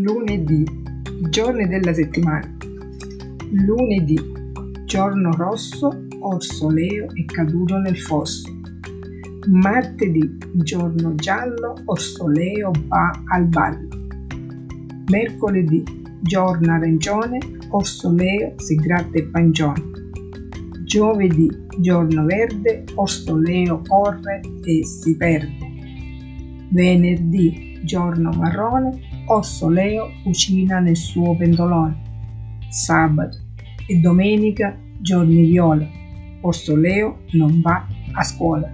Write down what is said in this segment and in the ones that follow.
Lunedì, giorni della settimana. Lunedì, giorno rosso, Orso Leo è caduto nel fosso. Martedì, giorno giallo, Orso Leo va al ballo. Mercoledì, giorno arancione, Orso Leo si gratta il pancione. Giovedì, giorno verde, Orso Leo corre e si perde. Venerdì, giorno marrone, Orso Leo cucina nel suo pentolone. Sabato e domenica, giorni viola, Orso Leo non va a scuola.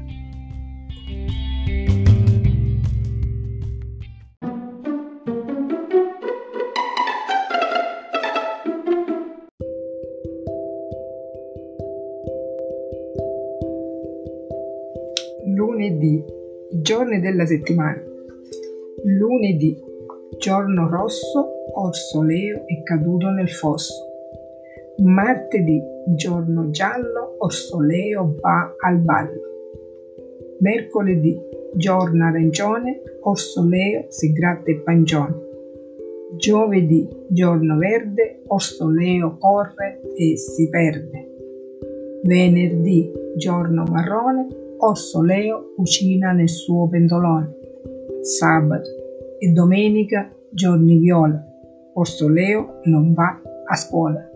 Lunedì, giorni della settimana. Lunedì, giorno rosso, Orso Leo è caduto nel fosso. Martedì, giorno giallo, Orso Leo va al ballo. Mercoledì, giorno arancione, Orso Leo si gratta il pancione. Giovedì, giorno verde, Orso Leo corre e si perde. Venerdì, giorno marrone, Orso Leo cucina nel suo pentolone. Sabato e domenica, giorni viola, Orso Leo non va a scuola.